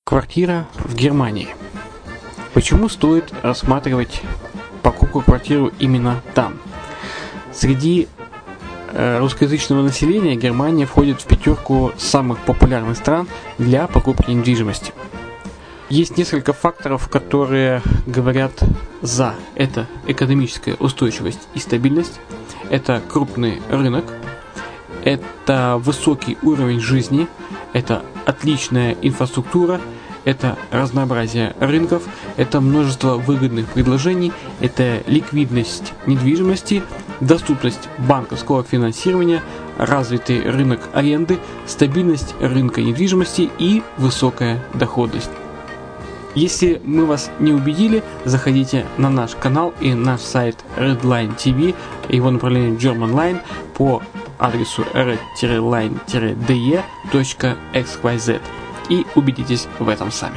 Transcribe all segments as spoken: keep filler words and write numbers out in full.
Квартира в Германии. Почему стоит рассматривать покупку квартиры именно там? Среди э, русскоязычного населения Германия входит в пятерку самых популярных стран для покупки недвижимости. Есть несколько факторов, которые говорят за. Это экономическая устойчивость и стабильность, это крупный рынок, это высокий уровень жизни, это отличная инфраструктура, это разнообразие рынков, это множество выгодных предложений, это ликвидность недвижимости, доступность банковского финансирования, развитый рынок аренды, стабильность рынка недвижимости и высокая доходность. Если мы вас не убедили, заходите на наш канал и наш сайт Redline ти ви, его направление Germanline по адресу red line d e точка x y z и убедитесь в этом сами.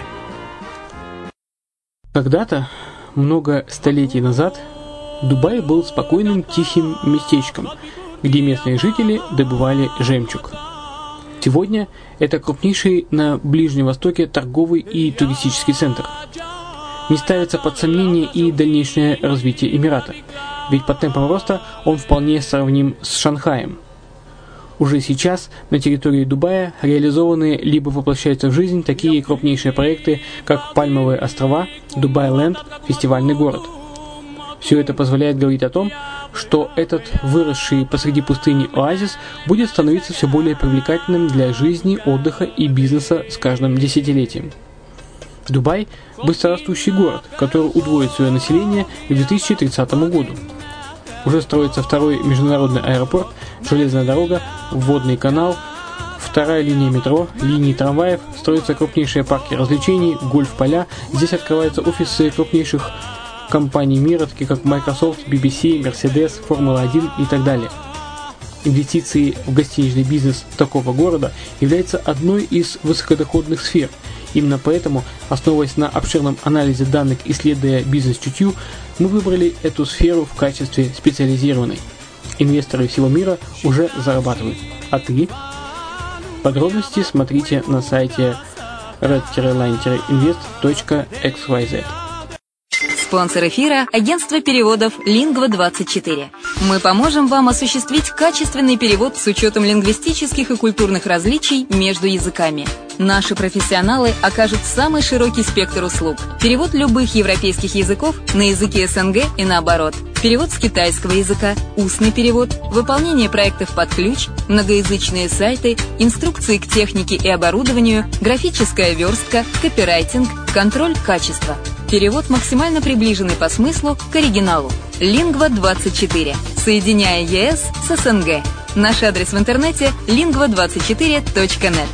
Когда-то, много столетий назад, Дубай был спокойным тихим местечком, где местные жители добывали жемчуг. Сегодня это крупнейший на Ближнем Востоке торговый и туристический центр. Не ставится под сомнение и дальнейшее развитие Эмирата, ведь по темпам роста он вполне сравним с Шанхаем. Уже сейчас на территории Дубая реализованы либо воплощаются в жизнь такие крупнейшие проекты, как Пальмовые острова, Дубай-Ленд, фестивальный город. Все это позволяет говорить о том, что этот выросший посреди пустыни оазис будет становиться все более привлекательным для жизни, отдыха и бизнеса с каждым десятилетием. Дубай – быстрорастущий город, который удвоит свое население к две тысячи тридцатому году. Уже строится второй международный аэропорт, железная дорога, водный канал, вторая линия метро, линии трамваев, строятся крупнейшие парки развлечений, гольф-поля. Здесь открываются офисы крупнейших компаний мира, таких как Microsoft, би би си, Mercedes, Формула один и так далее. Инвестиции в гостиничный бизнес такого города являются одной из высокодоходных сфер. Именно поэтому, основываясь на обширном анализе данных, исследуя бизнес-чутью, мы выбрали эту сферу в качестве специализированной. Инвесторы всего мира уже зарабатывают. А ты? Подробности смотрите на сайте red line invest точка x y z. Спонсор эфира – агентство переводов лингва двадцать четыре. Мы поможем вам осуществить качественный перевод с учетом лингвистических и культурных различий между языками. Наши профессионалы окажут самый широкий спектр услуг. Перевод любых европейских языков на языки эс эн гэ и наоборот. Перевод с китайского языка, устный перевод, выполнение проектов под ключ, многоязычные сайты, инструкции к технике и оборудованию, графическая верстка, копирайтинг, контроль качества. Перевод максимально приближенный по смыслу к оригиналу. лингва двадцать четыре. Соединяя е эс с эс эн гэ. Наш адрес в интернете лингва двадцать четыре точка нет.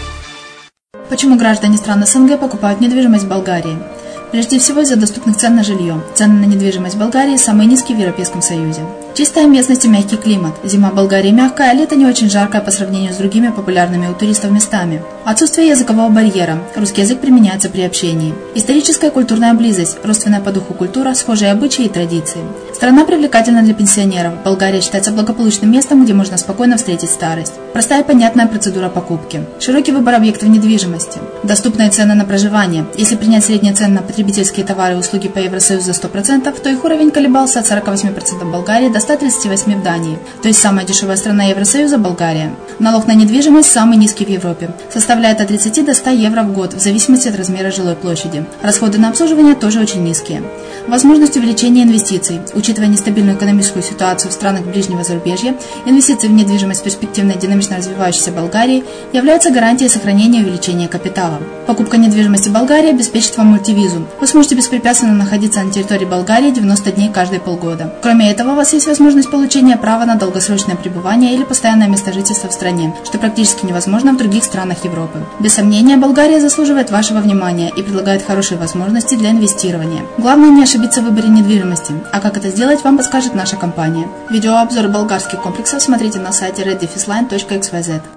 Почему граждане стран эс эн гэ покупают недвижимость в Болгарии? Прежде всего из-за доступных цен на жилье. Цены на недвижимость в Болгарии самые низкие в Европейском Союзе. Чистая местность и мягкий климат. Зима в Болгарии мягкая, а лето не очень жаркое по сравнению с другими популярными у туристов местами. Отсутствие языкового барьера. Русский язык применяется при общении. Историческая и культурная близость. Родственная по духу культура, схожие обычаи и традиции. Страна привлекательна для пенсионеров. Болгария считается благополучным местом, где можно спокойно встретить старость. Простая и понятная процедура покупки. Широкий выбор объектов недвижимости. Доступные цены на проживание. Если принять средние цены на потребительские товары и услуги по Евросоюзу за сто процентов, то их уровень колебался от сорок восемь процентов в Болгарии до ста тридцати восьми процентов в Дании. То есть самая дешевая страна Евросоюза – Болгария. Налог на недвижимость самый низкий в Европе. Составляет от тридцати до ста евро в год, в зависимости от размера жилой площади. Расходы на обслуживание тоже очень низкие. Возможность увеличения инвестиций. Учитывая нестабильную экономическую ситуацию в странах ближнего зарубежья, инвестиции в недвижимость в перспективной динамично развивающейся Болгарии являются гарантией сохранения и увеличения капитала. Покупка недвижимости в Болгарии обеспечит вам мультивизу. Вы сможете беспрепятственно находиться на территории Болгарии девяносто дней каждые полгода. Кроме этого, у вас есть возможность получения права на долгосрочное пребывание или постоянное место жительства в стране, что практически невозможно в других странах Европы. Без сомнения, Болгария заслуживает вашего внимания и предлагает хорошие возможности для инвестирования. Главное не ошибиться в выборе недвижимости, а как это сделать, вам подскажет наша компания. Видеообзор болгарских комплексов смотрите на сайте red line точка x y z.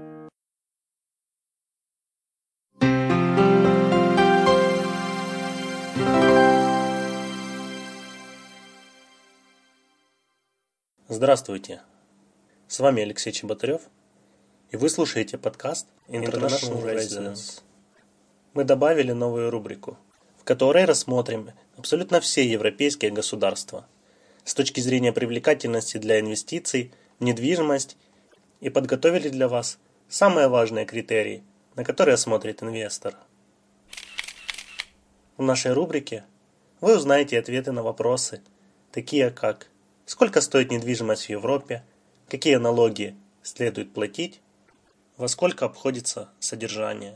Здравствуйте, с вами Алексей Чеботарев, и вы слушаете подкаст International Residence. мы добавили новую рубрику, в которой рассмотрим абсолютно все европейские государства с точки зрения привлекательности для инвестиций в недвижимость и подготовили для вас самые важные критерии, на которые смотрит инвестор. В нашей рубрике вы узнаете ответы на вопросы, такие как: сколько стоит недвижимость в Европе, какие налоги следует платить, во сколько обходится содержание.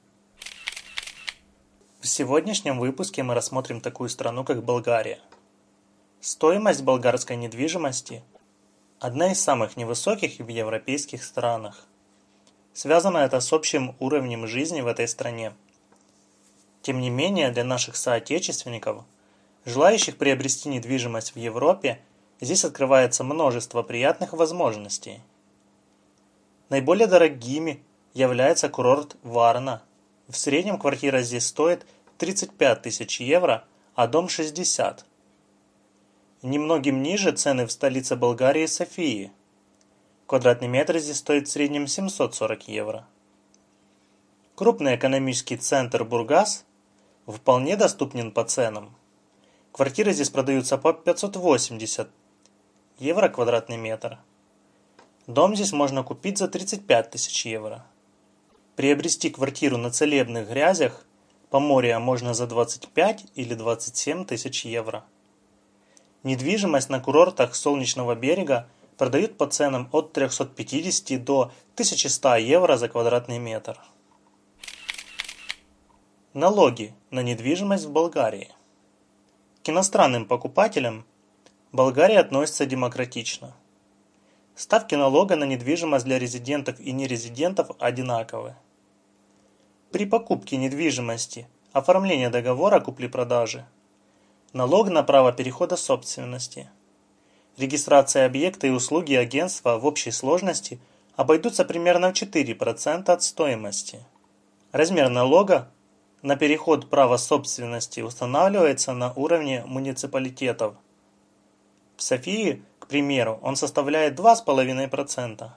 В сегодняшнем выпуске мы рассмотрим такую страну, как Болгария. Стоимость болгарской недвижимости – одна из самых невысоких в европейских странах. Связано это с общим уровнем жизни в этой стране. Тем не менее, для наших соотечественников, желающих приобрести недвижимость в Европе, здесь открывается множество приятных возможностей. Наиболее дорогими является курорт Варна. В среднем квартира здесь стоит тридцать пять тысяч евро, а дом шестьдесят. Немногим ниже цены в столице Болгарии Софии. Квадратный метр здесь стоит в среднем семьсот сорок евро. Крупный экономический центр Бургас вполне доступен по ценам. Квартиры здесь продаются по пятьсот восемьдесят евро квадратный метр. Дом здесь можно купить за тридцать пять тысяч евро. Приобрести квартиру на целебных грязях Поморья можно за двадцать пять или двадцать семь тысяч евро. Недвижимость на курортах Солнечного берега продают по ценам от трехсот пятидесяти до тысячи ста евро за квадратный метр. Налоги на недвижимость в Болгарии. К иностранным покупателям Болгария относится демократично. Ставки налога на недвижимость для резидентов и нерезидентов одинаковы. При покупке недвижимости, оформлении договора купли-продажи, налог на право перехода собственности, регистрация объекта и услуги агентства в общей сложности обойдутся примерно в четыре процента от стоимости. Размер налога на переход права собственности устанавливается на уровне муниципалитетов. В Софии, к примеру, он составляет два с половиной процента.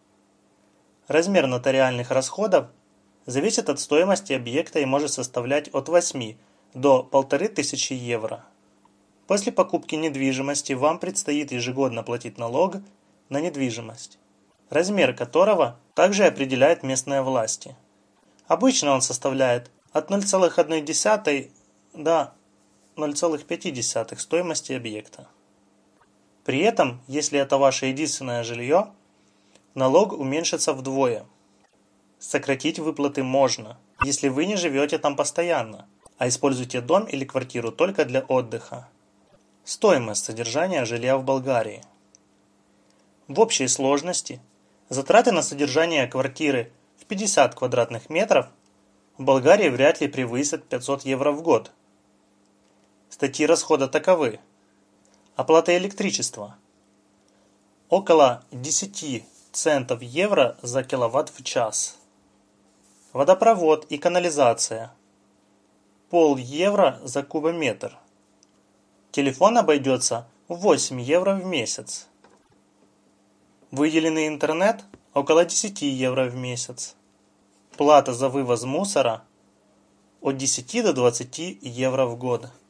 Размер нотариальных расходов зависит от стоимости объекта и может составлять от восьми до полторы тысячи евро. После покупки недвижимости вам предстоит ежегодно платить налог на недвижимость, размер которого также определяют местные власти. Обычно он составляет от ноль целых одной десятой до ноль целых пяти десятых стоимости объекта. При этом, если это ваше единственное жилье, налог уменьшится вдвое. Сократить выплаты можно, если вы не живете там постоянно, а используете дом или квартиру только для отдыха. Стоимость содержания жилья в Болгарии. В общей сложности затраты на содержание квартиры в пятьдесят квадратных метров в Болгарии вряд ли превысят пятьсот евро в год. Статьи расхода таковы. Оплата электричества. Около десять центов евро за киловатт в час. Водопровод и канализация. Пол евро за кубометр. Телефон обойдется в восемь евро в месяц. Выделенный интернет около десять евро в месяц. Плата за вывоз мусора от десяти до двадцати евро в год.